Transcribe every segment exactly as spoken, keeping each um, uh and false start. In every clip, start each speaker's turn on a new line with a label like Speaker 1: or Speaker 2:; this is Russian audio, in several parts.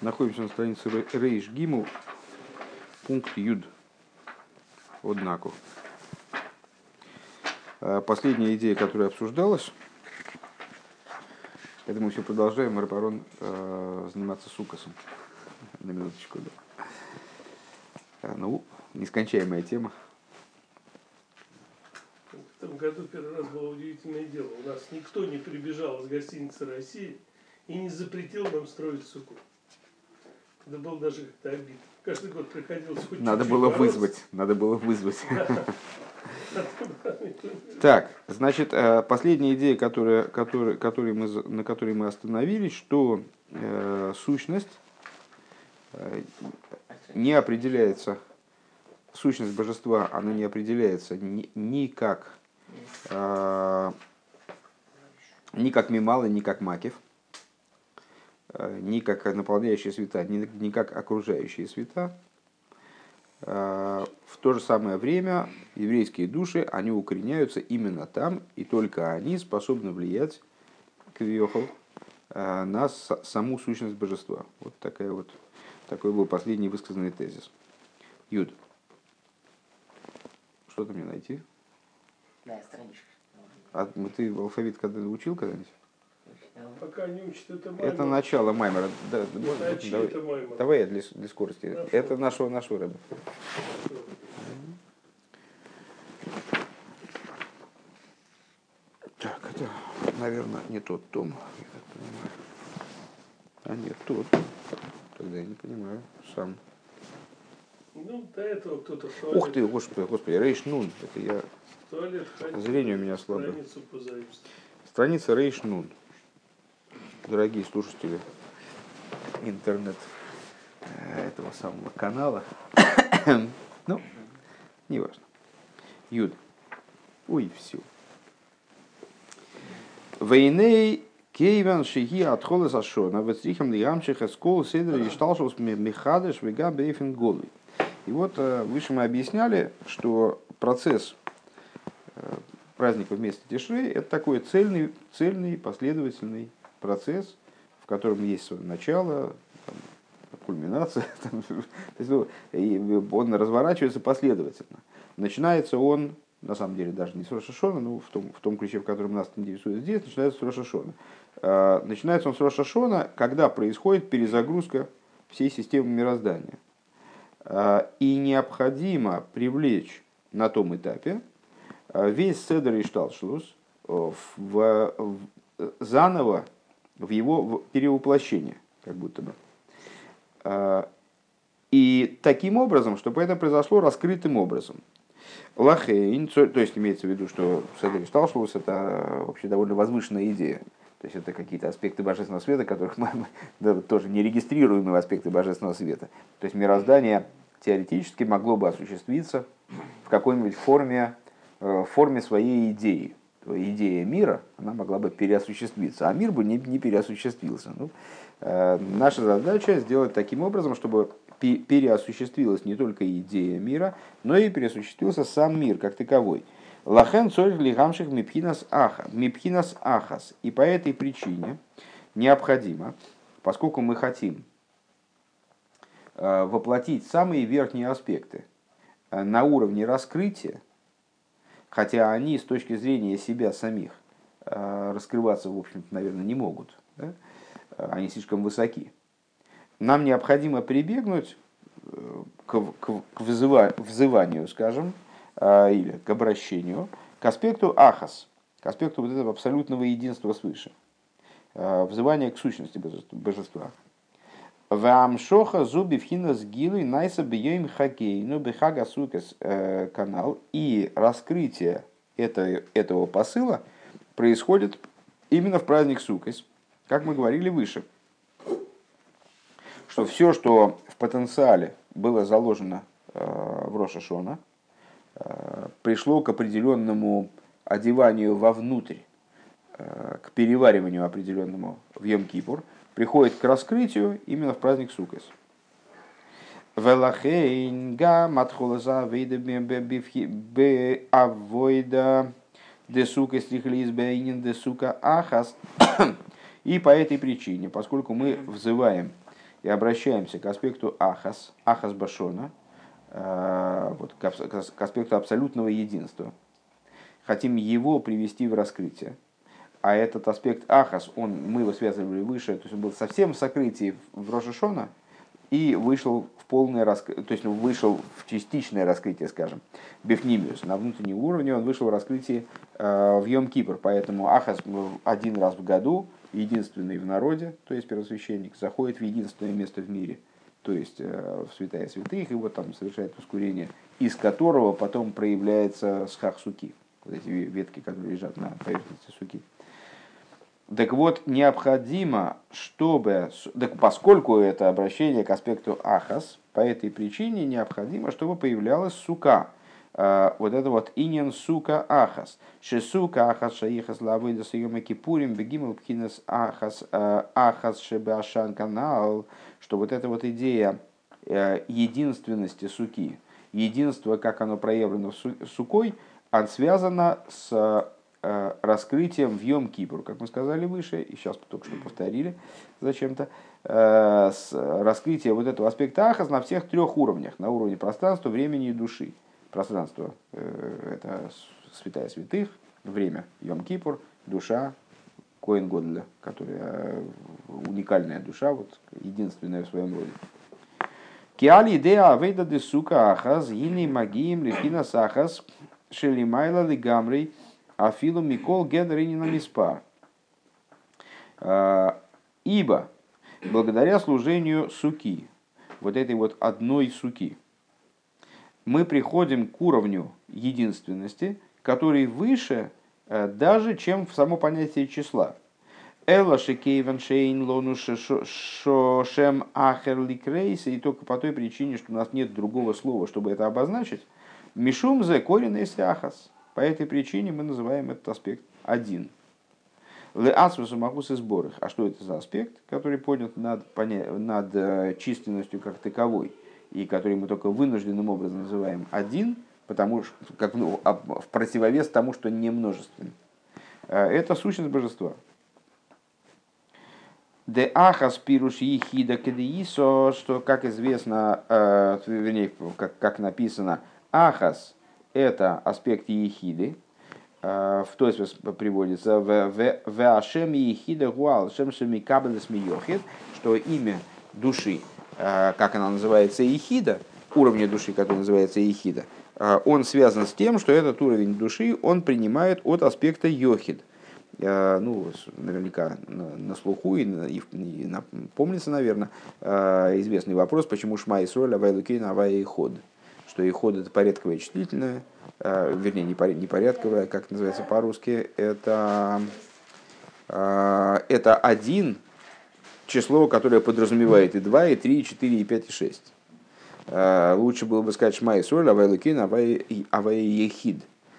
Speaker 1: Находимся на странице Рейш Гимл, пункт Юд, однако. Последняя идея, которая обсуждалась, это мы все продолжаем, Рапарон, э, заниматься сукасом. На минуточку, да. Ну, нескончаемая тема.
Speaker 2: В этом году первый раз было удивительное дело. У нас никто не прибежал из гостиницы России и не запретил нам строить суку. Это было даже как-то обидно. Каждый год приходилось хоть
Speaker 1: Надо
Speaker 2: чуть-чуть
Speaker 1: было
Speaker 2: бороться.
Speaker 1: вызвать. Надо было вызвать. Так, значит, последняя идея, которая, которая, которой мы, на которой мы остановились, что э, сущность э, не определяется, сущность божества, она не определяется ни, ни как, э, ни как мималы, ни как макев, э, ни как наполняющие света, ни, ни как окружающие света. В то же самое время еврейские души, они укореняются именно там, и только они способны влиять, квиохол, на саму сущность божества. Вот, такая вот такой был последний высказанный тезис. Юд. Что-то мне найти?
Speaker 3: Да, страничка.
Speaker 1: А ты алфавит когда учил когда-нибудь?
Speaker 2: Пока не учат, это маймер.
Speaker 1: Это начало маймера. Да,
Speaker 2: Иначе
Speaker 1: давай,
Speaker 2: это маймер.
Speaker 1: давай я для, для скорости.
Speaker 2: Хорошо.
Speaker 1: Это нашего нашего рыба. Так, это, наверное, не тот том, я так понимаю. А нет, тот. Тогда я не понимаю сам.
Speaker 2: Ну, до этого кто-то в туалет.
Speaker 1: Ух ты, господи, господи, Рейш Нун. Это я.
Speaker 2: В туалет ходил,
Speaker 1: Зрение у меня слабое.
Speaker 2: Страницу позаимствовал.
Speaker 1: Страница Рейш Нун. Дорогие слушатели интернет этого самого канала. Ну, не важно. Юд. Ой, все. Войней кейван шиги отхолы сашона, вестрихам лиамших эскол седр и шталшус мехадыш вега бейфен голый. И вот выше мы объясняли, что процесс праздника вместе Тишрей – это такой цельный, цельный, последовательный процесс, в котором есть свое начало, там, кульминация, там, то есть, и он разворачивается последовательно. Начинается он, на самом деле, даже не с Рош ха-Шана, но в том, в том ключе, в котором нас интересует здесь, начинается с Рош ха-Шана. Начинается он с Рош ха-Шана, когда происходит перезагрузка всей системы мироздания. И необходимо привлечь на том этапе весь седер и шталшлус в, в, заново в его в перевоплощение, как будто бы. И таким образом, чтобы это произошло раскрытым образом. Лахейн, то есть имеется в виду, что седер и шталшлус это вообще довольно возвышенная идея. То есть это какие-то аспекты божественного света, которых мы, да, тоже нерегистрируемые аспекты божественного света. То есть мироздание теоретически могло бы осуществиться в какой-нибудь форме, в форме своей идеи. Идея мира, она могла бы переосуществиться, а мир бы не, не переосуществился. Ну, э, наша задача сделать таким образом, чтобы пе- переосуществилась не только идея мира, но и переосуществился сам мир как таковой. Лахен цорих лигамших мипхинас аха, мипхинас ахас. И по этой причине необходимо, поскольку мы хотим э, воплотить самые верхние аспекты э, на уровне раскрытия, хотя они с точки зрения себя самих э, раскрываться, в общем-то, наверное, не могут. Да? Они слишком высоки. Нам необходимо прибегнуть к, к, к вызыва, взыванию, скажем, э, или к обращению, к аспекту ахас, к аспекту вот этого абсолютного единства свыше. Э, взывание к сущности божества. Вамшоха зуби вхина с гилой найса бьем хакейну бехага сукас канал. И раскрытие этого, этого посыла происходит именно в праздник Суккос, как мы говорили выше. Что все, что в потенциале было заложено в Рош ха-Шана, пришло к определенному одеванию вовнутрь, к перевариванию определенному в Йом-Кипур, приходит к раскрытию именно в праздник Суккос. Велахейнга матхолаза вейда беавойда десука стрихлис бейнин десука ахас. И по этой причине, поскольку мы взываем и обращаемся к аспекту ахас, ахас башона, вот, к аспекту абсолютного единства, хотим его привести в раскрытие, а этот аспект ахас, он, мы его связывали выше, то есть он был совсем в сокрытии в Рош ха-Шана и вышел в полное раскрытие, то есть он вышел в частичное раскрытие, скажем, бифнимиус, на внутреннем уровне он вышел в раскрытие э, в Йом-Кипр, поэтому ахас один раз в году, единственный в народе, то есть первосвященник, заходит в единственное место в мире, то есть э, в святая святых, и вот там совершает ускорение, из которого потом проявляется схах суки, вот эти ветки, которые лежат на поверхности суки. Так вот, необходимо, чтобы, так поскольку это обращение к аспекту ахас, по этой причине необходимо, чтобы появлялась сука. Вот это вот иньян сука ахас. Шесука ахас шаихас лавыда съема кипурим бегимал пхинас ахас ахас шебашан канал. Что вот эта вот идея единственности суки, единство, как оно проявлено сукой, она связана с раскрытием в Йом-Кипур, как мы сказали выше, и сейчас только что повторили зачем-то, с раскрытием вот этого аспекта ахас на всех трех уровнях, на уровне пространства, времени и души. Пространство – это святая святых, время – Йом-Кипур, душа – Коэн Годля, которая уникальная душа, вот, единственная в своем роде. Киали идея авейда де сука ахас, гини магиим лифина сахас, шелимайла лигамрей, афилу микол генринина миспар. Ибо благодаря служению суки, вот этой вот одной суки, мы приходим к уровню единственности, который выше даже, чем в само понятие числа. Элла шекейвен шейн лону шошем ахер ликрейс, и только по той причине, что у нас нет другого слова, чтобы это обозначить. Мишум зе корен эйс ахас. По этой причине мы называем этот аспект один. Леасвусу махус и сборах. А что это за аспект, который поднят над, над численностью как таковой, и который мы только вынужденным образом называем один, потому что, как, ну, в противовес тому, что не множественный. Это сущность божества. Де ахас пируш ехида кедеисо, что, как известно, э, вернее, как, как написано, ахас – это аспект ехиды, э, в той смысле приводится в ашем ехида гуал, шем шеми кабелес миохид, что имя души, э, как она называется, ехида, уровня души, который называется ехида, э, он связан с тем, что этот уровень души он принимает от аспекта йохид. Ну, наверняка на, на слуху и, на, и, и на, помнится, наверное, известный вопрос, почему Шма Исроль Авай Лукейн Авай Иход. Что Иход это порядковое числительное, вернее, не, поряд, не порядковое, как называется по-русски, это, это один число, которое подразумевает и два, и три, и четыре, и пять, и шесть. Лучше было бы сказать Шма Исроль Авай Лукейн Авай Ехид.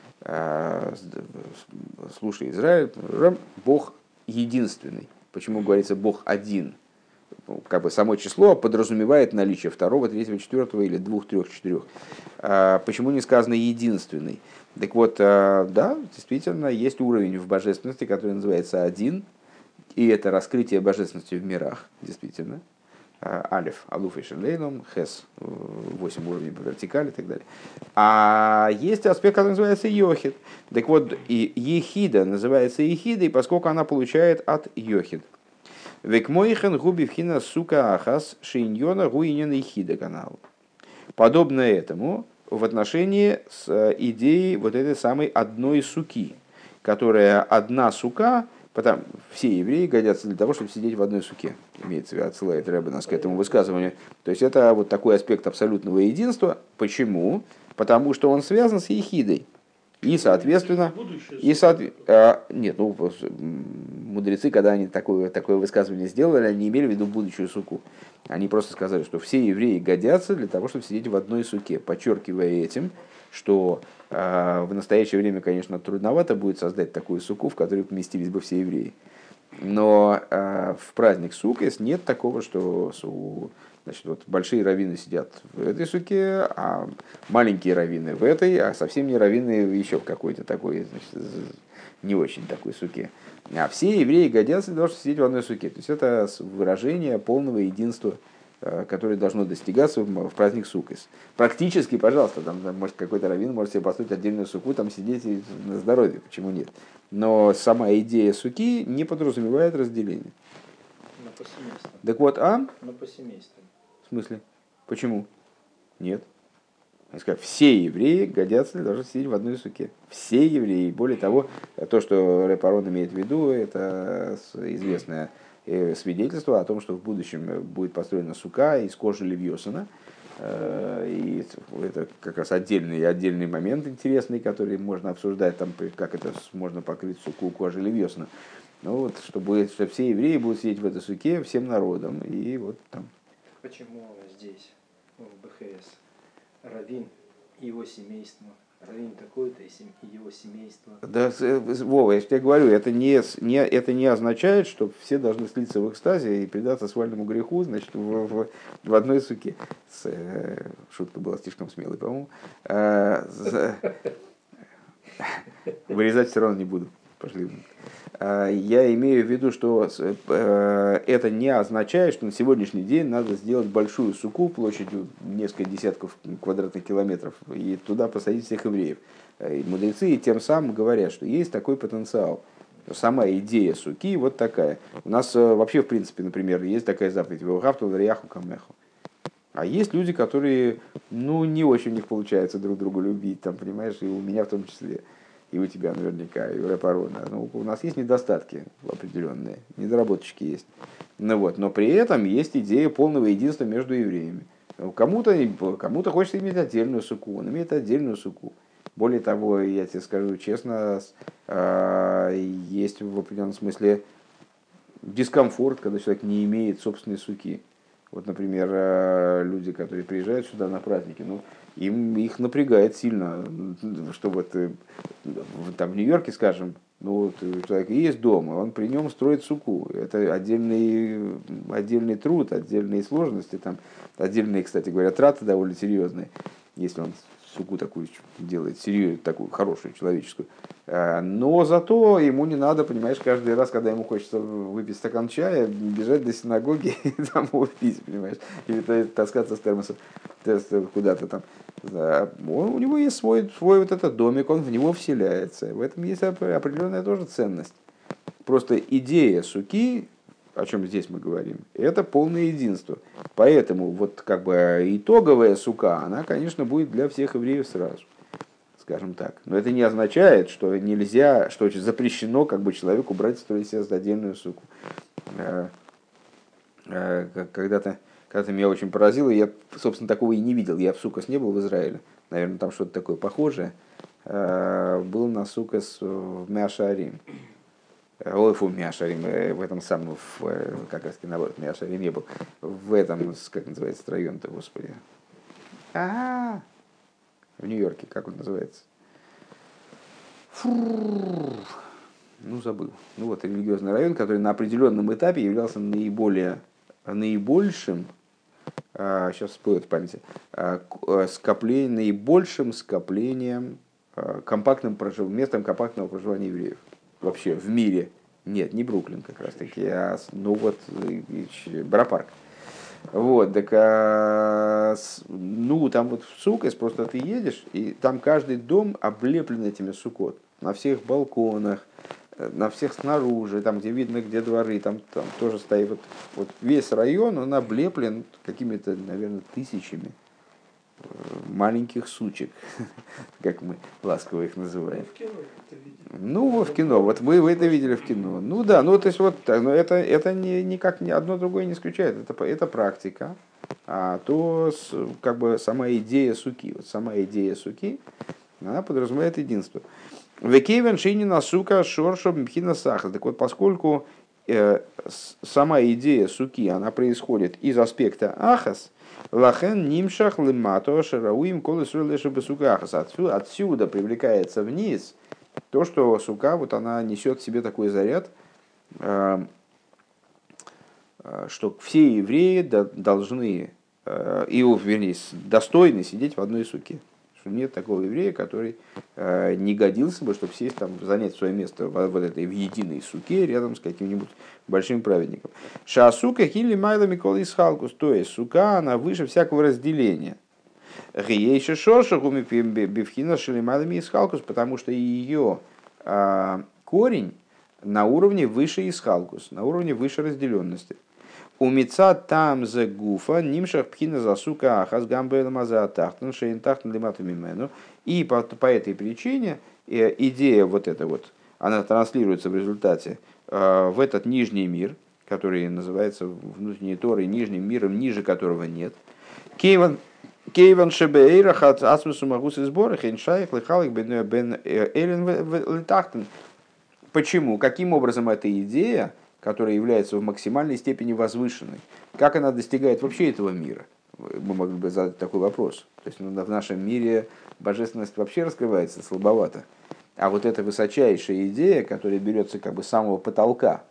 Speaker 1: Слушай, Израиль, Бог единственный. Почему говорится Бог один? Как бы само число подразумевает наличие второго, третьего, четвертого или двух, трех, четырех. Почему не сказано единственный? Так вот, да, действительно, есть уровень в божественности, который называется один, и это раскрытие божественности в мирах, действительно. Алиф, Алуф и Шерлейном, Хес, восемь уровней по вертикали и так далее. А есть аспект, который называется Йохид. Так вот, и Ехида называется Ехидой, поскольку она получает от Йохид. Векмойхен губи вхина сука ахас шиньона гуинен Ехида канал. Подобно этому в отношении с идеей вот этой самой одной суки, которая одна сука. Потому все евреи годятся для того, чтобы сидеть в одной суке. Имеется в виду, отсылает Ребе нас к этому высказыванию. То есть это вот такой аспект абсолютного единства. Почему? Потому что он связан с ехидой. И, соответственно... И, соотве... а, нет, ну, мудрецы, когда они такое, такое высказывание сделали, они не имели в виду будущую суку. Они просто сказали, что все евреи годятся для того, чтобы сидеть в одной суке, подчеркивая этим, что э, в настоящее время, конечно, трудновато будет создать такую суку, в которой поместились бы все евреи. Но э, в праздник Суккот нет такого, что су, значит, вот большие раввины сидят в этой суке, а маленькие раввины в этой, а совсем не раввины еще в какой-то такой, значит, не очень такой суке. А все евреи годятся для того, чтобы сидеть в одной суке. То есть это выражение полного единства которое должно достигаться в праздник Суккос. Практически, пожалуйста, там, может, какой-то раввин может себе построить отдельную суку, там сидеть и на здоровье, почему нет. Но сама идея суки не подразумевает разделение.
Speaker 4: Но по семейству.
Speaker 1: Так вот, а?
Speaker 4: Но по семейству.
Speaker 1: В смысле? Почему? Нет. Я сказал, все евреи годятся для того, чтобы сидеть в одной суке. Все евреи. Более того, то, что Ребе Арон имеет в виду, это известное свидетельство о том, что в будущем будет построена сука из кожи левьосана. И это как раз отдельный, отдельный момент интересный, который можно обсуждать, там, как это можно покрыть суку кожи левьосана. Ну вот, что, будет, что все евреи будут сидеть в этой суке всем народом. И вот там.
Speaker 4: Почему здесь, в БХС, раввин и его семейство? Раввин такой-то и его семейство.
Speaker 1: Да, Вова, я же тебе говорю, это не, не, это не означает, что все должны слиться в экстазе и предаться свальному греху, значит, в, в, в одной суке. С, э, шутка была слишком смелой, по-моему. Э, за... Вырезать все равно не буду. Пошли. Я имею в виду, что это не означает, что на сегодняшний день надо сделать большую суку площадью несколько десятков квадратных километров и туда посадить всех евреев. И мудрецы тем самым говорят, что есть такой потенциал. Сама идея суки вот такая. У нас вообще, в принципе, например, есть такая заповедь «Веохавту ларьяху камеху». А есть люди, которые, ну, не очень у них получается друг друга любить, там, понимаешь, и у меня в том числе. И у тебя наверняка, и у Ребе Арона. Ну, у нас есть недостатки определенные, недоработочки есть. Ну, вот. Но при этом есть идея полного единства между евреями. Кому-то, кому-то хочется иметь отдельную суку, он имеет отдельную суку. Более того, я тебе скажу честно, есть в определенном смысле дискомфорт, когда человек не имеет собственной суки. Вот, например, люди, которые приезжают сюда на праздники, ну, им их напрягает сильно, что вот там в Нью-Йорке, скажем, ну вот у человека есть дом, и он при нем строит суку. Это отдельный, отдельный труд, отдельные сложности, там, отдельные, кстати говоря, траты довольно серьезные, если он суку такую делает, серьезную, такую хорошую, человеческую. Но зато ему не надо, понимаешь, каждый раз, когда ему хочется выпить стакан чая, бежать до синагоги и там его пить, понимаешь, или таскаться с термосом куда-то там. Он, у него есть свой, свой вот этот домик, он в него вселяется. В этом есть определенная тоже ценность. Просто идея суки, о чем здесь мы говорим, это полное единство. Поэтому вот как бы итоговая сука, она, конечно, будет для всех евреев сразу, скажем так. Но это не означает, что нельзя, что запрещено как бы человеку брать строить себе отдельную суку. Когда-то, когда-то меня очень поразило, я, собственно, такого и не видел. Я в Суккос не был в Израиле. Наверное, там что-то такое похожее. Был на Суккос в Меа-Шаарим. Ой, фу, Меа-Шаарим, в этом самом, в, как раз наоборот, Меа-Шаарим не был. В этом, как называется, район-то, господи. А-а-а. В Нью-Йорке, как он называется? Фу. Ну, забыл. Ну, вот религиозный район, который на определенном этапе являлся наиболее, наибольшим, а, сейчас всплывет в памяти, а, скоплением, наибольшим скоплением, а, компактным прожив... местом компактного проживания евреев. Вообще в мире. Нет, не Бруклин как раз таки, а ну вот Бропарк. Вот, так, а, ну там вот в Суккос просто ты едешь, и там каждый дом облеплен этими суккот. На всех балконах, на всех снаружи, там где видно, где дворы, там, там тоже стоит. Вот, вот весь район, он облеплен какими-то, наверное, тысячами маленьких сучек, как мы ласково их называем.
Speaker 2: В кино это видели.
Speaker 1: Ну, в кино. Вот вы, вы это видели в кино. Ну да, ну то есть вот так, но это, это не, никак ни одно другое не исключает. Это, это практика. А то с, как бы сама идея суки. Вот сама идея суки, она подразумевает единство. Векевен шинина сука шоршо мхина сахар. Так вот, поскольку э, сама идея суки, она происходит из аспекта ахас, лахен нимшах лимато шарауим колесу леша бесука ахас. Отсюда привлекается вниз то, что сука, вот она несет в себе такой заряд, э, что все евреи должны, и, вернее, достойны сидеть в одной суке. Что нет такого еврея, который э, не годился бы, чтобы сесть там, занять свое место в, в этой в единой суке рядом с каким-нибудь большим праведником. Шаасука хили майла микола исхалкус, то есть сука, она выше всякого разделения. Гиейша шорша гуми бифхина шили майла исхалкус, потому что ее э, корень на уровне выше исхалкус, на уровне выше разделенности. Умица там за гуфа, нимшах пхина за сука ахас гамбэла маза тахтан шейн тахтан лимату мимену. И по, по этой причине э, идея вот эта вот, она транслируется в результате э, в этот нижний мир, который называется внутренней Торой нижним миром, ниже которого нет. Кейван Кейван шебеэйра хат асмусу магус и сбора хейншайх лихалик бен элен литахтан. Почему? Каким образом эта идея, которая является в максимальной степени возвышенной, как она достигает вообще этого мира? Мы могли бы задать такой вопрос. То есть в нашем мире божественность вообще раскрывается слабовато. А вот эта высочайшая идея, которая берется как бы с самого потолка,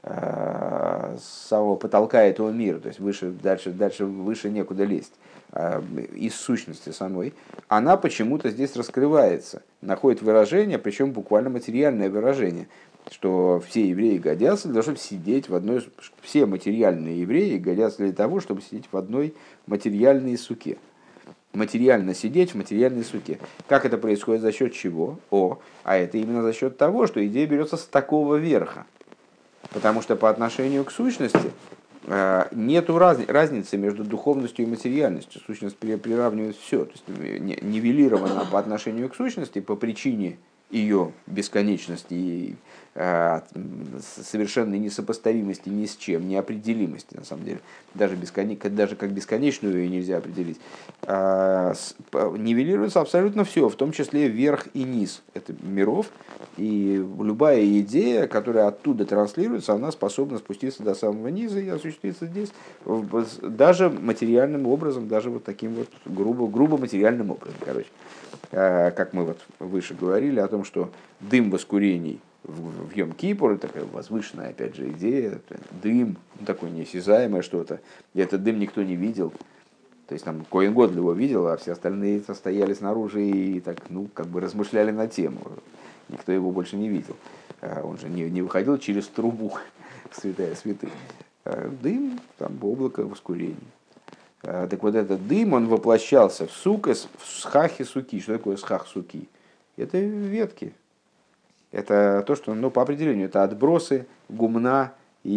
Speaker 1: с самого потолка этого мира, то есть выше, дальше, дальше выше некуда лезть, из сущности самой, она почему-то здесь раскрывается, находит выражение, причем буквально материальное выражение, что все евреи годятся для того, чтобы сидеть в одной... Все материальные евреи годятся для того, чтобы сидеть в одной материальной суке. Материально сидеть в материальной суке. Как это происходит, за счет чего? О, а это именно за счет того, что идея берется с такого верха. Потому что по отношению к сущности нет разницы между духовностью и материальностью. Сущность приравнивает все. То есть нивелирована по отношению к сущности по причине ее бесконечности и э, совершенной несопоставимости ни с чем, неопределимости, на самом деле. Даже, бескон... Даже как бесконечную ее нельзя определить. Э, с... Нивелируется абсолютно все, в том числе верх и низ это миров. И любая идея, которая оттуда транслируется, она способна спуститься до самого низа и осуществиться здесь даже материальным образом, даже вот таким вот грубо, грубо материальным образом, короче. Как мы вот выше говорили о том, что дым воскурений в Йом-Кипур, это такая возвышенная, опять же, идея, дым, такое неосязаемое что-то, и этот дым никто не видел. То есть там Коэн Годль его видел, а все остальные стояли снаружи и так, ну, как бы размышляли на тему. Никто его больше не видел. Он же не, не выходил через трубу в святая святых. Дым, там облако воскурений. Так вот этот дым, он воплощался в сукас, в схахе суки. Что такое схах суки? Это ветки. Это то, что, ну, по определению, это отбросы гумна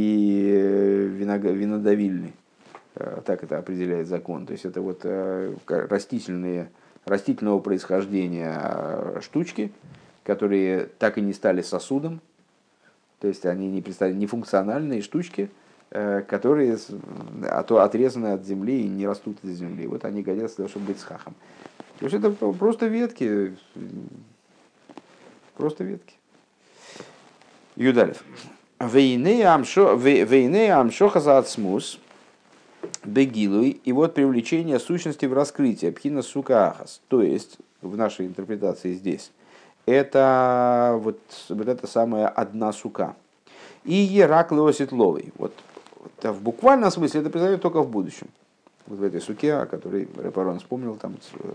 Speaker 1: и винодавильни. Так это определяет закон. То есть это вот растительные, растительного происхождения штучки, которые так и не стали сосудом. То есть они не представляют нефункциональные штучки, которые отрезаны от земли и не растут из земли. Вот они годятся для того, чтобы быть схахом. То есть это просто ветки. Просто ветки. Юдалев. Вейне амшоха за ацмус бегилуй. И вот привлечение сущности в раскрытие. Пхина сука ахас. То есть, в нашей интерпретации здесь, это вот, вот эта самая одна сука. И ерак леоситловый. Вот, вот в буквальном смысле это произойдет только в будущем. Вот в этой суке, о которой Репарон вспомнил, там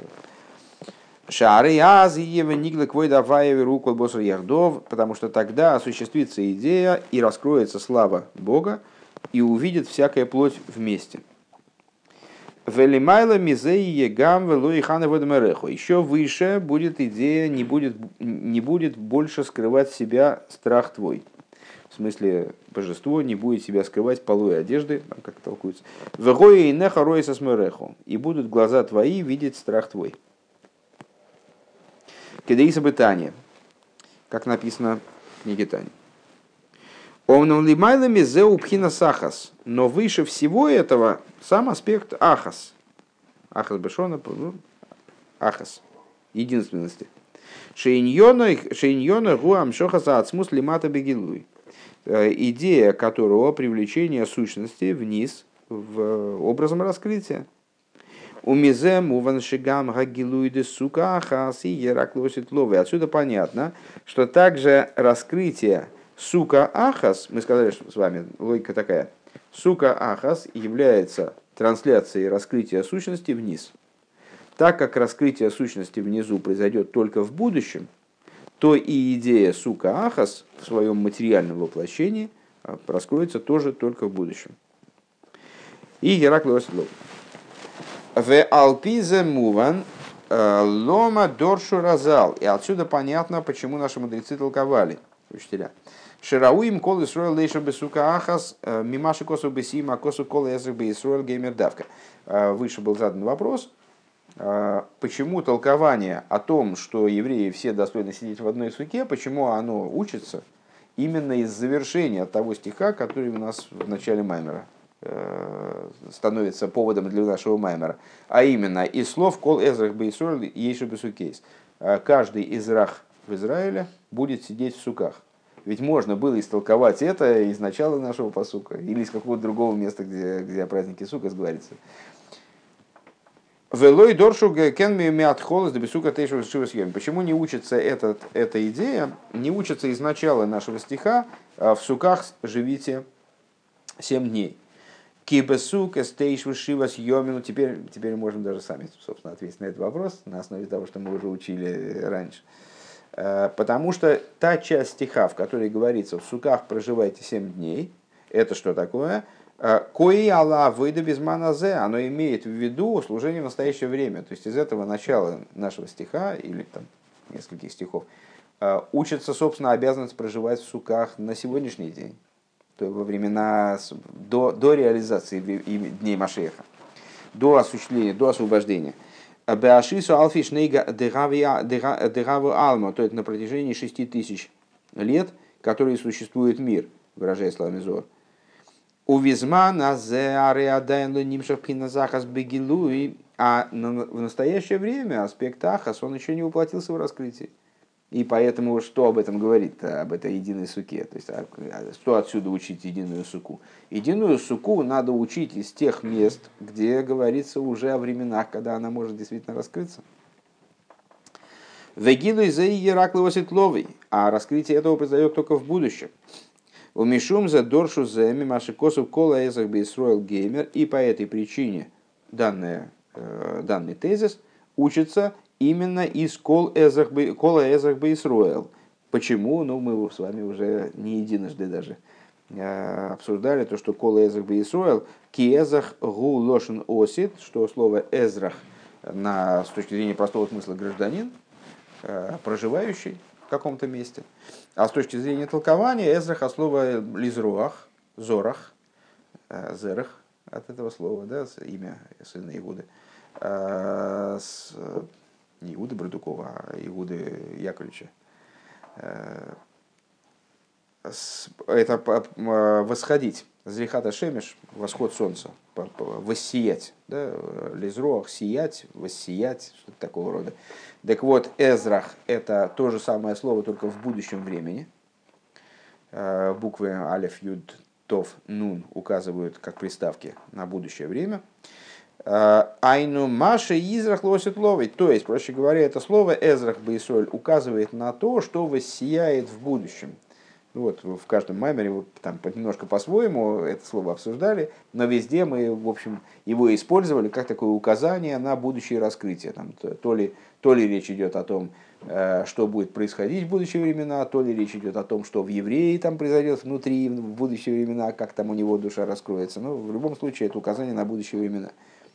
Speaker 1: Шары аз и нигла квой даваеви руку босса яхдов, потому что тогда осуществится идея и раскроется слава Бога и увидит всякая плоть вместе. Велимайла мизей егам велуи хана водомереху. Еще выше будет идея, не будет, не будет больше скрывать себя страх твой. В смысле, божество не будет себя скрывать полой одежды, там как толкуется. Вегои неха ройса смереху. И будут глаза твои видеть страх твой. Кедеиса бытания, как написано в книге Тани. Омном лимайлами зеу пхина сахас. Но выше всего этого сам аспект ахас. Ахас бешона, ну, ахас. Единственности. Шейньона гуам шохаса ацмус лимата бегилуй. Идея которого привлечение сущности вниз в образом раскрытия. Умизем уваншигам гагилуиды сука ахас и ераклосит ловы. Отсюда понятно, что также раскрытие сука ахас, мы сказали что с вами, логика такая, сука ахас является трансляцией раскрытия сущности вниз. Так как раскрытие сущности внизу произойдет только в будущем, то и идея сука ахас в своем материальном воплощении раскроется тоже только в будущем. И Геракл Оседлов. В Алпизе Муван Лома Доршу Разал. И отсюда понятно, почему наши мудрецы толковали, учителя. Ширауим кол Исруэл лейша бесука ахас мимаши косу бесима косу кол язык бы Исруэл геймер давка. Выше был задан вопрос, почему толкование о том, что евреи все достойны сидеть в одной суке, почему оно учится именно из завершения того стиха, который у нас в начале маймера становится поводом для нашего маймера, а именно из слов «Кол эзрах бейсроль ейши бесукейс». Каждый израх в Израиле будет сидеть в суках. Ведь можно было истолковать это из начала нашего пасука или из какого-то другого места, где, где о празднике сукас говорится. Велой доршу кен миат холос до бесука тейшего шивас йом. Почему не учится этот, эта идея, не учится из начала нашего стиха «В суках живите семь дней». Кибесук, эстейш, вышивас, йомину. Теперь, теперь можем даже сами, собственно, ответить на этот вопрос на основе того, что мы уже учили раньше. Потому что та часть стиха, в которой говорится «в суках проживайте семь дней», это что такое? Кои Алла выйда без маназе, оно имеет в виду служение в настоящее время. То есть из этого начала нашего стиха, или там нескольких стихов, учится, собственно, обязанность проживать в суках на сегодняшний день. То есть во времена до, до реализации дней Машеха, до осуществления, до освобождения. Беашису алфиш нейга дегаву алма, то есть на протяжении шести тысяч лет, которые существует мир, выражая словами Зор. Увизмана зе ареадайн лонимшах пхиназахас бегилуи, а в настоящее время аспект ахас, он еще не воплотился в раскрытии. И поэтому что об этом говорит, об этой единой суке? То есть, что отсюда учить единую суку? Единую суку надо учить из тех мест, где говорится уже о временах, когда она может действительно раскрыться. Вегилу из Геракла Оседловой, а раскрытие этого произойдет только в будущем. У Мишум за Доршу Земи Машикосу Кола Эзах Бейсроил Геймер, и по этой причине данный, данный тезис учится именно из Кола Эзах Бейсроил. Почему? Ну, мы с вами уже не единожды даже обсуждали то, что Кола Эзах Бейсроил, Киезах Гу Лошен Осит, что слово Эзрах на, с точки зрения простого смысла гражданин, проживающий в каком-то месте. А с точки зрения толкования, Эзрах от слова лизруах, зорах, зерах от этого слова, да, имя сына Иуды. С, не Иуды Бардукова, а Иуды Яковлевича. Это восходить, зрихата шемеш, восход солнца, воссиять, да, лизруах, сиять, воссиять, что-то такого рода. Так вот, Эзрах – это то же самое слово, только в будущем времени. Буквы Алеф, Юд, Тов, Нун указывают как приставки на будущее время. Айну Маша Израх лосит ловить. То есть, проще говоря, это слово Эзрах Бейсоль указывает на то, что воссияет в будущем. Вот, в каждом маймере там немножко по-своему это слово обсуждали, но везде мы, в общем, его использовали как такое указание на будущее раскрытие. Там, то, ли, то ли речь идет о том, что будет происходить в будущие времена, то ли речь идет о том, что в евреи там произойдет внутри в будущие времена, как там у него душа раскроется. Но в любом случае это указание на будущие времена.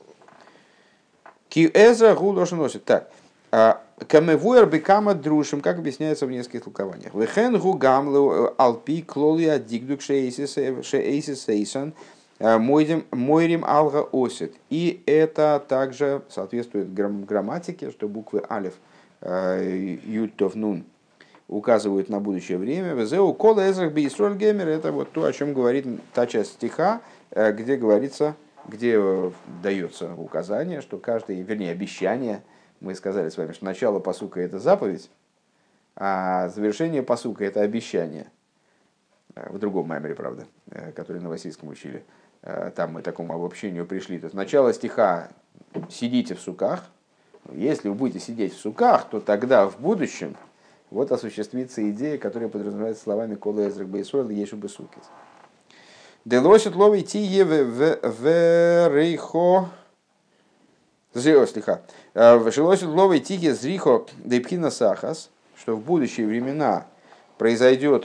Speaker 1: Киэза гулош носит. Так. Камевуэр бекама друшим, как объясняется в нескольких толкованиях. Вехен гугамлу алпи клолия дигдук шеэйсисейсон мойрим алга осит. И это также соответствует грамматике, что буквы алеф, ютов, нун указывают на будущее время. Везеу кола эзрах бейсроль геймер, это вот то, о чем говорит та часть стиха, где говорится, где дается указание, что каждый, вернее, обещание. Мы сказали с вами, что начало пасука – это заповедь, а завершение пасука – это обещание. В другом маймере, правда, который на Васильском учили. Там мы к такому обобщению пришли. То есть начало стиха «сидите в суках». Если вы будете сидеть в суках, то тогда в будущем вот осуществится идея, которая подразумевается словами «Кола эзрак бейсойл ешу бесукис». «Делосит лови ти еве в рейхо». Слиха. Вышелось ловой тихи зрихо дейпхина сахас, что в будущие времена произойдет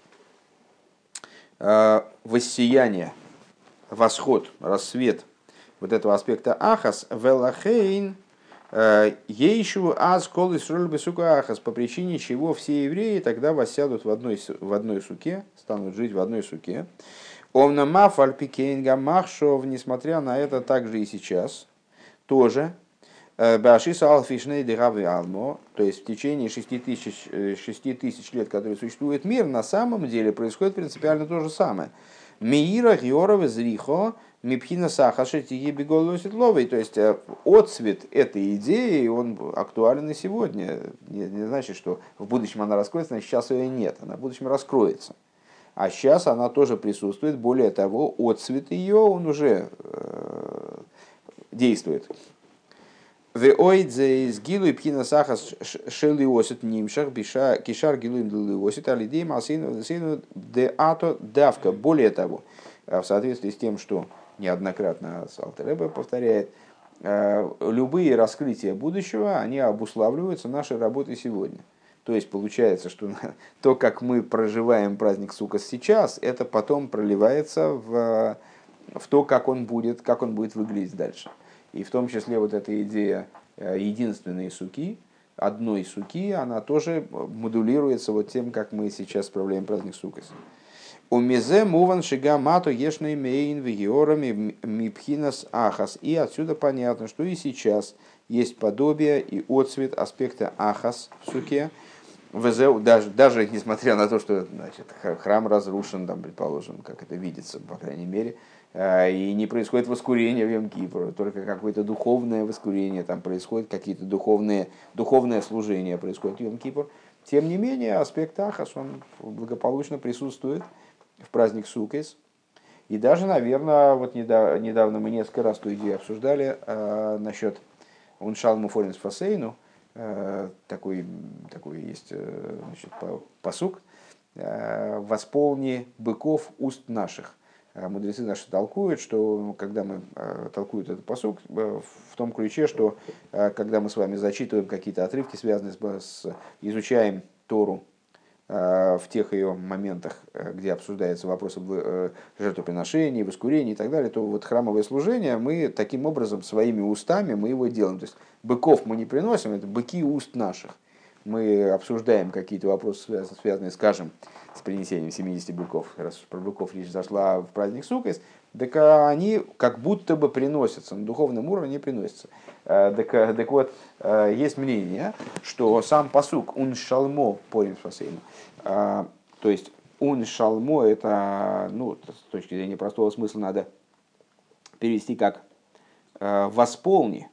Speaker 1: воссияние, восход, рассвет вот этого аспекта ахас, велахейн, ейшу аз кол исроль бесука ахас, по причине чего все евреи тогда воссядут в одной, в одной суке, станут жить в одной суке. Омнама фальпикейн гамахшов, несмотря на это, также и сейчас, тоже, Башиса Алфишней Дегавы Алмо, то есть в течение шести тысяч, шести тысяч лет, который существует мир, на самом деле происходит принципиально то же самое. Миира Георова Зрихо Мипхина Сахашити Ебеголоситловой, то есть отцвет этой идеи, он актуален и сегодня. Не, не значит, что в будущем она раскроется, значит сейчас ее нет, она в будущем раскроется. А сейчас она тоже присутствует, более того, отцвет ее, он уже э, действует. Веойдзе из гилу и пхина сахас шелиосит нимшах кишар гилу им делиосит алидей масейну де ато давка. Более того, в соответствии с тем, что неоднократно Алтер Ребе повторяет, любые раскрытия будущего, они обуславливаются нашей работой сегодня. То есть получается, что то, как мы проживаем праздник Суккот сейчас, это потом проливается в, в то, как он будет, как он будет выглядеть дальше. И в том числе вот эта идея единственной суки, одной суки, она тоже модулируется вот тем, как мы сейчас справляем праздник Суккот. У мезе муван шига мату ешной мейн вегиорами мипхинас ахас. И отсюда понятно, что и сейчас есть подобие и отцвет аспекта ахас в суке. Даже, даже несмотря на то, что значит, храм разрушен, там, предположим, как это видится, по крайней мере, и не происходит воскурение в Йом-Кипур, только какое-то духовное воскурение, там происходит какие-то духовные, духовное служение происходит в Йом-Кипур. Тем не менее, аспект Ахас, он благополучно присутствует в праздник Суккот. И даже, наверное, вот недавно, недавно мы несколько раз ту идею обсуждали э, насчет Уншалму Форенс Фасейну, э, такой, такой есть э, значит, пасук, э, «Восполни быков уст наших». Мудрецы наши толкуют, что когда мы э, толкуют этот пасук э, в том ключе, что э, когда мы с вами зачитываем какие-то отрывки, связанные с, с изучаем Тору э, в тех ее моментах, э, где обсуждаются вопросы э, жертвоприношений, воскурения и так далее, то вот храмовое служение мы таким образом своими устами мы его делаем. То есть быков мы не приносим, это быки уст наших. Мы обсуждаем какие-то вопросы, связанные, скажем, с принесением семидесяти быков, раз про быков речь зашла в праздник Суккот, так они как будто бы приносятся, на духовном уровне приносятся. Так, так вот, есть мнение, что сам пасук «ун шалмо» порим фасейну, то есть «ун шалмо» это, ну, с точки зрения простого смысла надо перевести как «восполни».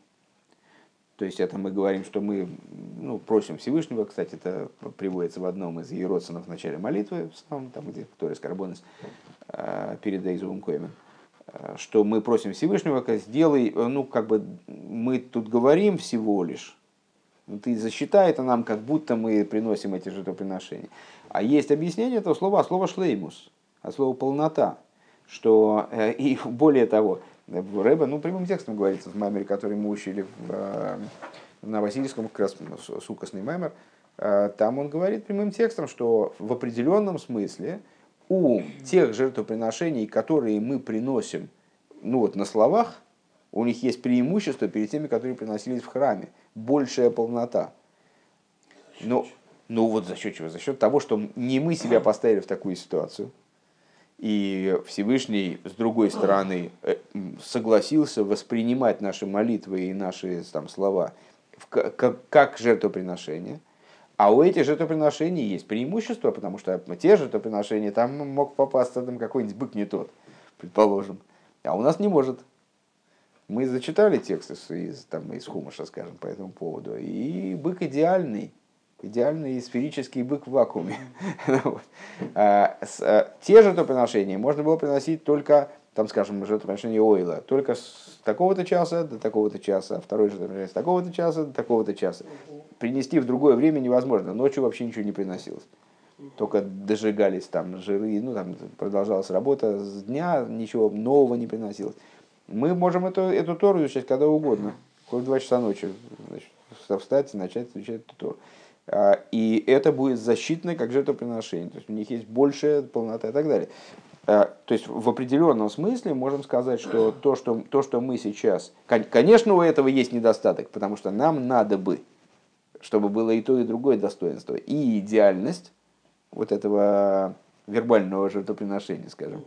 Speaker 1: То есть это мы говорим, что мы ну, просим Всевышнего, кстати, это приводится в одном из иеродцинов в начале молитвы, в самом, там, где Торис Карбонес, перед Эйзовым Коэмен, что мы просим Всевышнего, сделай, ну, как бы мы тут говорим всего лишь, ты засчитай это нам, как будто мы приносим эти жертвоприношения. А есть объяснение этого слова, от слова шлеймус, от слова полнота, что, и более того, Рэбе, ну, прямым текстом говорится в маймере, который мы учили в, на Васильевском, как раз суккосный маймер, там он говорит прямым текстом, что в определенном смысле у тех жертвоприношений, которые мы приносим ну, вот, на словах, у них есть преимущество перед теми, которые приносились в храме, большая полнота. Но, ну вот за счет чего? За счет того, что не мы себя поставили в такую ситуацию, и Всевышний, с другой стороны, согласился воспринимать наши молитвы и наши там, слова как, как жертвоприношение. А у этих жертвоприношений есть преимущество, потому что те жертвоприношения, там мог попасться там, какой-нибудь бык не тот, предположим. А у нас не может. Мы зачитали текст из, из, там, из Хумаша, скажем, по этому поводу. И бык идеальный. Идеальный сферический бык в вакууме. Те жертвоприношения можно было приносить только, там, скажем, жертвоприношение ойла, только с такого-то часа до такого-то часа, второй жертвоприношение с такого-то часа до такого-то часа. Принести в другое время невозможно. Ночью вообще ничего не приносилось. Только дожигались там жиры, ну там продолжалась работа с дня, ничего нового не приносилось. Мы можем эту, эту Тору изучать когда угодно. в два часа ночи, значит, встать и начать изучать Тору. И это будет засчитано как жертвоприношение. То есть у них есть большая полнота и так далее. То есть в определенном смысле можем сказать, что то, что, то, что мы сейчас... Конечно, у этого есть недостаток, потому что нам надо бы, чтобы было и то, и другое достоинство. И идеальность вот этого вербального жертвоприношения, скажем,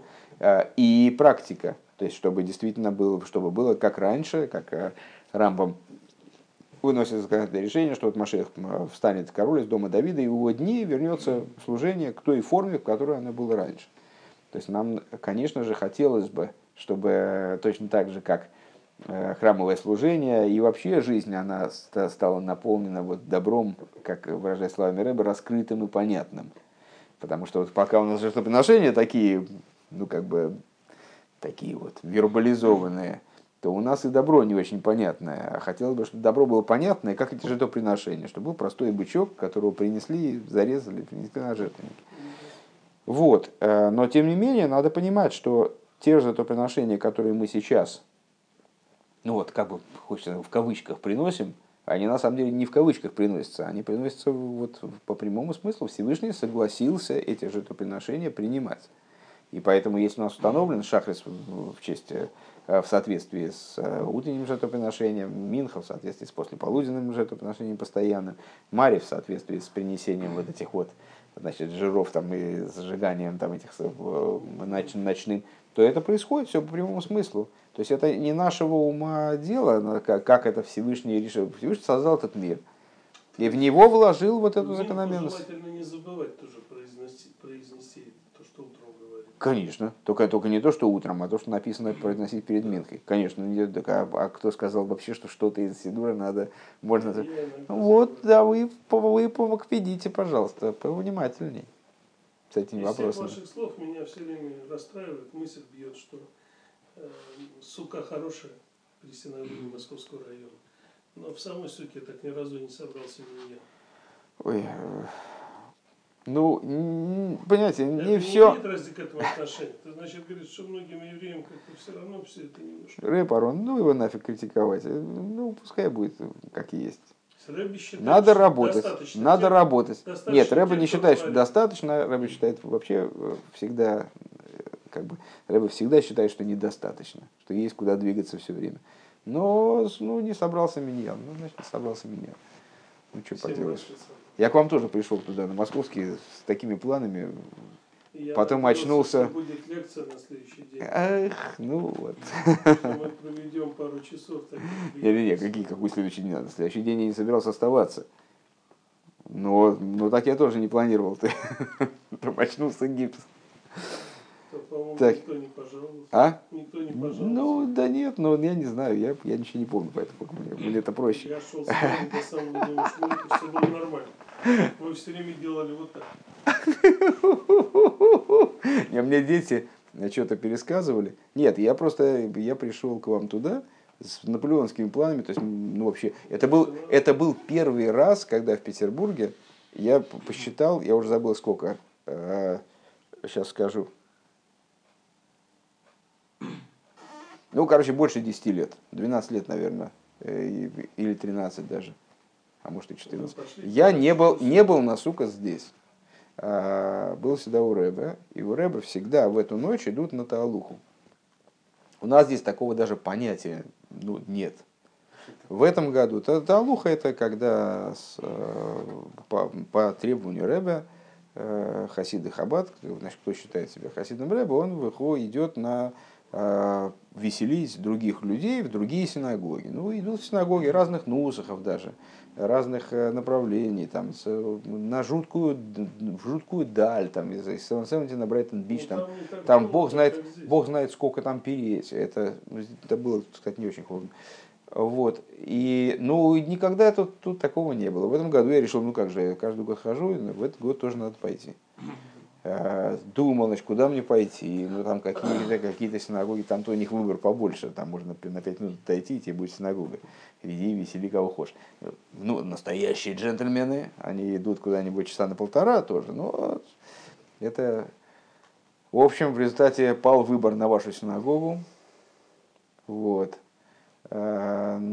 Speaker 1: и практика. То есть чтобы действительно было, чтобы было как раньше, как Рамбам выносит законодательное решение, что вот Машиах встанет король из дома Давида, и в его дни вернется служение к той форме, в которой оно было раньше. То есть нам, конечно же, хотелось бы, чтобы точно так же, как храмовое служение и вообще жизнь, она стала наполнена вот добром, как выражает словами Рэба, раскрытым и понятным. Потому что вот пока у нас жертвоприношения такие, ну как бы, такие вот вербализованные, то у нас и добро не очень понятное. А хотелось бы, чтобы добро было понятное, как эти жертвоприношения, чтобы был простой бычок, которого принесли, зарезали, принесли на жертвенники. Вот. Но, тем не менее, надо понимать, что те жертвоприношения, которые мы сейчас, ну вот, как бы, хочется в кавычках приносим, они на самом деле не в кавычках приносятся, они приносятся вот по прямому смыслу. Всевышний согласился эти жертвоприношения принимать. И поэтому, если у нас установлен шахрис в честь, в соответствии с утренним жертвоприношением, минха в соответствии с послеполуденным жертвоприношением постоянным, мари в соответствии с принесением вот этих вот, значит, жиров там, и зажиганием там, этих ночным, то это происходит все по прямому смыслу. То есть это не нашего ума дело, как это Всевышний решил. Всевышний создал этот мир. И в него вложил вот эту закономерность.
Speaker 2: Желательно не забывать тоже произнести, произнести то, что утром говорили.
Speaker 1: Конечно. Только, только не то, что утром, а то, что написано произносить перед Минхой. Конечно. Не, так, а, а кто сказал вообще, что что-то из Сидура надо... Можно... Вот, да, вы, вы помогпедите, пожалуйста, повнимательней с этими
Speaker 2: из
Speaker 1: вопросами.
Speaker 2: Из всех ваших слов меня все время расстраивает, мысль бьет, что э, сука хорошая при синагоге Московского района. Но в самой суке так ни разу не собрался миньян.
Speaker 1: Ой, ну, понимаете, не
Speaker 2: это
Speaker 1: все...
Speaker 2: не имеет разве к этому отношения? Это значит, говорит, что многим евреям как-то все равно все это немножко...
Speaker 1: Рэб Арон, ну его нафиг критиковать. Ну, пускай будет как есть.
Speaker 2: Считает,
Speaker 1: надо работать. Надо
Speaker 2: тех,
Speaker 1: работать. Нет, Рэба
Speaker 2: тех,
Speaker 1: не считает, что
Speaker 2: творит.
Speaker 1: достаточно. Рэба считает вообще всегда... Как бы, Рэба всегда считает, что недостаточно. Что есть куда двигаться все время. Но ну, не собрался миньян. Ну, значит, не собрался миньян. Ну, что поделаешь. Я к вам тоже пришел туда, на московский, с такими планами.
Speaker 2: Я
Speaker 1: потом очнулся.
Speaker 2: Будет лекция на следующий день.
Speaker 1: Эх, ну вот.
Speaker 2: Мы проведем пару часов.
Speaker 1: Не-не-не, какие, какой следующий день надо? Следующий день я не собирался оставаться. Но, но так я тоже не планировал. Там очнулся гипс.
Speaker 2: По-моему, так. Никто не пожаловался.
Speaker 1: А?
Speaker 2: Никто не пожаловался.
Speaker 1: Ну, да нет, но я не знаю, я, я ничего не помню, поэтому мне, мне это проще.
Speaker 2: Я шел с вами до самого дома школы, все было нормально. Вы все время делали вот так.
Speaker 1: Не, мне дети что-то пересказывали. Нет, я просто, я пришел к вам туда с наполеонскими планами, то есть, ну вообще, это был, это был первый раз, когда в Петербурге я посчитал, я уже забыл сколько, сейчас скажу. Ну, короче, больше десяти лет. двенадцать лет, наверное. Или тринадцать даже. А может и четырнадцать. Я не был, не был на сука здесь. А, был всегда у Рэбе. И у Рэбе всегда в эту ночь идут на Таалуху. У нас здесь такого даже понятия ну, нет. В этом году Таалуха это когда с, по, по требованию Рэбе хасиды Хаббат, значит, кто считает себя хасидом Рэбе, он выходит, идет на веселить других людей в другие синагоги. Ну, идут в синагоги разных нусахов даже, разных направлений, там, на жуткую, в жуткую даль, там, из Севен-Севенти на Брайтон-Бич, там, там, там бог, знает, бог знает, сколько там переть. Это, это было, кстати, не очень холодно. Вот. И, ну, никогда тут, тут такого не было. В этом году я решил, ну как же, я каждый год хожу, в этот год тоже надо пойти. Думал, значит, куда мне пойти, ну там какие-то, какие-то синагоги, там то у них выбор побольше, там можно на пять минут дойти, и тебе будет синагога. Иди, весели, кого хочешь. Ну, настоящие джентльмены, они идут куда-нибудь часа на полтора тоже, но это... В общем, в результате пал выбор на вашу синагогу. Вот. Ну и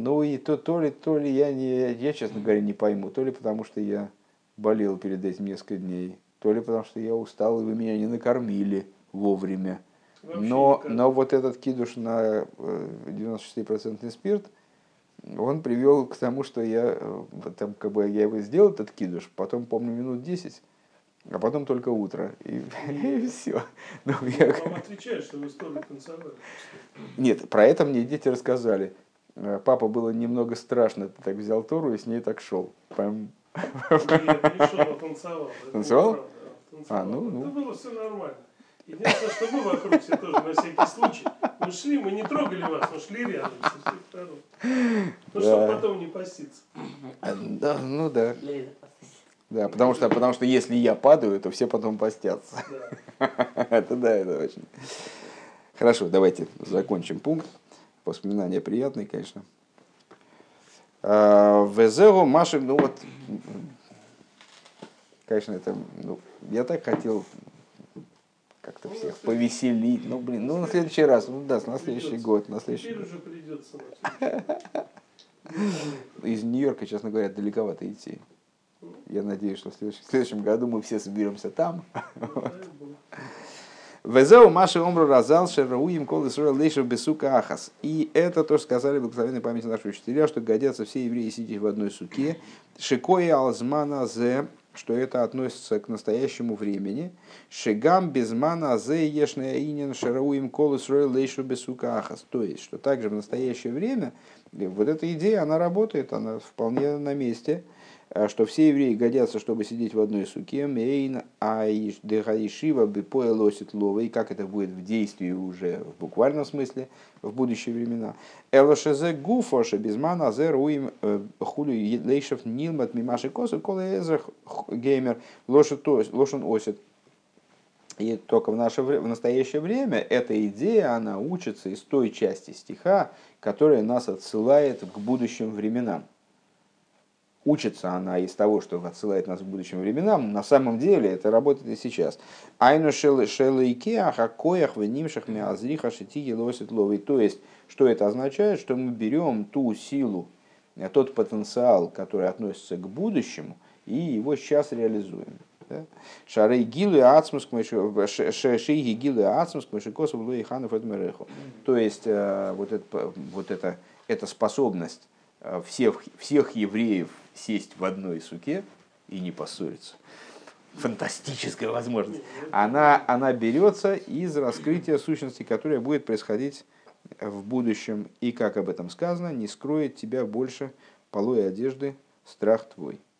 Speaker 1: то, то ли, то ли я не, я, честно говоря, не пойму, то ли потому что я болел перед этим несколько дней, то ли потому что я устал и вы меня не накормили вовремя. Но, но вот этот кидуш на девяносто шесть процентов спирт, он привел к тому, что я, там, как бы, я его сделал, этот кидуш, потом, помню, минут десять, а потом только утро. И, и все. Ну, я...
Speaker 2: Вам отвечают, что вы столько танцевали.
Speaker 1: Нет, про это мне дети рассказали. Папа было немного страшно, ты так взял Тору и с ней так шел. Прям...
Speaker 2: Нет, не шел, а танцевал.
Speaker 1: Танцевал?
Speaker 2: Танцевал.
Speaker 1: А, ну, ну.
Speaker 2: Это было все нормально. Единственное, что мы вокруг все тоже на всякий случай. Мы шли, мы не трогали вас, мы шли рядом со всех сторон. Ну,
Speaker 1: да.
Speaker 2: чтобы потом не поститься.
Speaker 1: Да, ну да. Да, потому что, потому что если я падаю, то все потом постятся.
Speaker 2: Да.
Speaker 1: Это да, это очень. Хорошо, давайте закончим пункт. Воспоминания приятные, конечно. Везео Маши, ну вот, конечно, это, ну, я так хотел как-то
Speaker 2: Ну,
Speaker 1: всех
Speaker 2: на
Speaker 1: повеселить. Ну, блин, ну на следующий раз, ну да, на следующий
Speaker 2: Придется.
Speaker 1: год, на следующий
Speaker 2: Теперь
Speaker 1: год.
Speaker 2: уже придется на следующий.
Speaker 1: Из Нью-Йорка, честно говоря, далековато идти. Я надеюсь, что в следующем, в следующем году мы все соберемся там. Везеу Маши Омру Разал Шерауим Кол Исроэл Лейшев Бесука Ахас. И это то, что сказали в благословенной памяти нашего учителя, что годятся все евреи сидеть в одной суке. Шикои Алзмана Зе, что это относится к настоящему времени. Шигам Безмана Зе Ешная Инин Шерауим Кол Исроэл Лейшев Бесука Ахас. То есть, что также в настоящее время вот эта идея, она работает, она вполне на месте. Что все евреи годятся, чтобы сидеть в одной суке, мейн аиш дегаишива бипоэлосит лова, и как это будет в действии уже в буквальном смысле в будущие времена. Элошезе гуфоша безмана азер уим хулю лейшев нилмат мимаши косу кола эзрах геймер лошен осит. И только в наше в настоящее время эта идея, она учится из той части стиха, которая нас отсылает к будущим временам. Учится она из того, что отсылает нас к будущим временам. На самом деле это работает и сейчас. Айну шелейкеах акоях венимшах миазриха шитиги лосит ловый. То есть, что это означает? Что мы берем ту силу, тот потенциал, который относится к будущему, и его сейчас реализуем. Шарей гилы ацмус шейги гилы ацмус кмешикосов луиханов эдмереху. То есть, вот, это, вот это, эта способность всех, всех евреев сесть в одной суке и не поссориться. Фантастическая возможность. Она, она берется из раскрытия сущности, которая будет происходить в будущем. И, как об этом сказано, не скроет тебя больше полой одежды страх твой.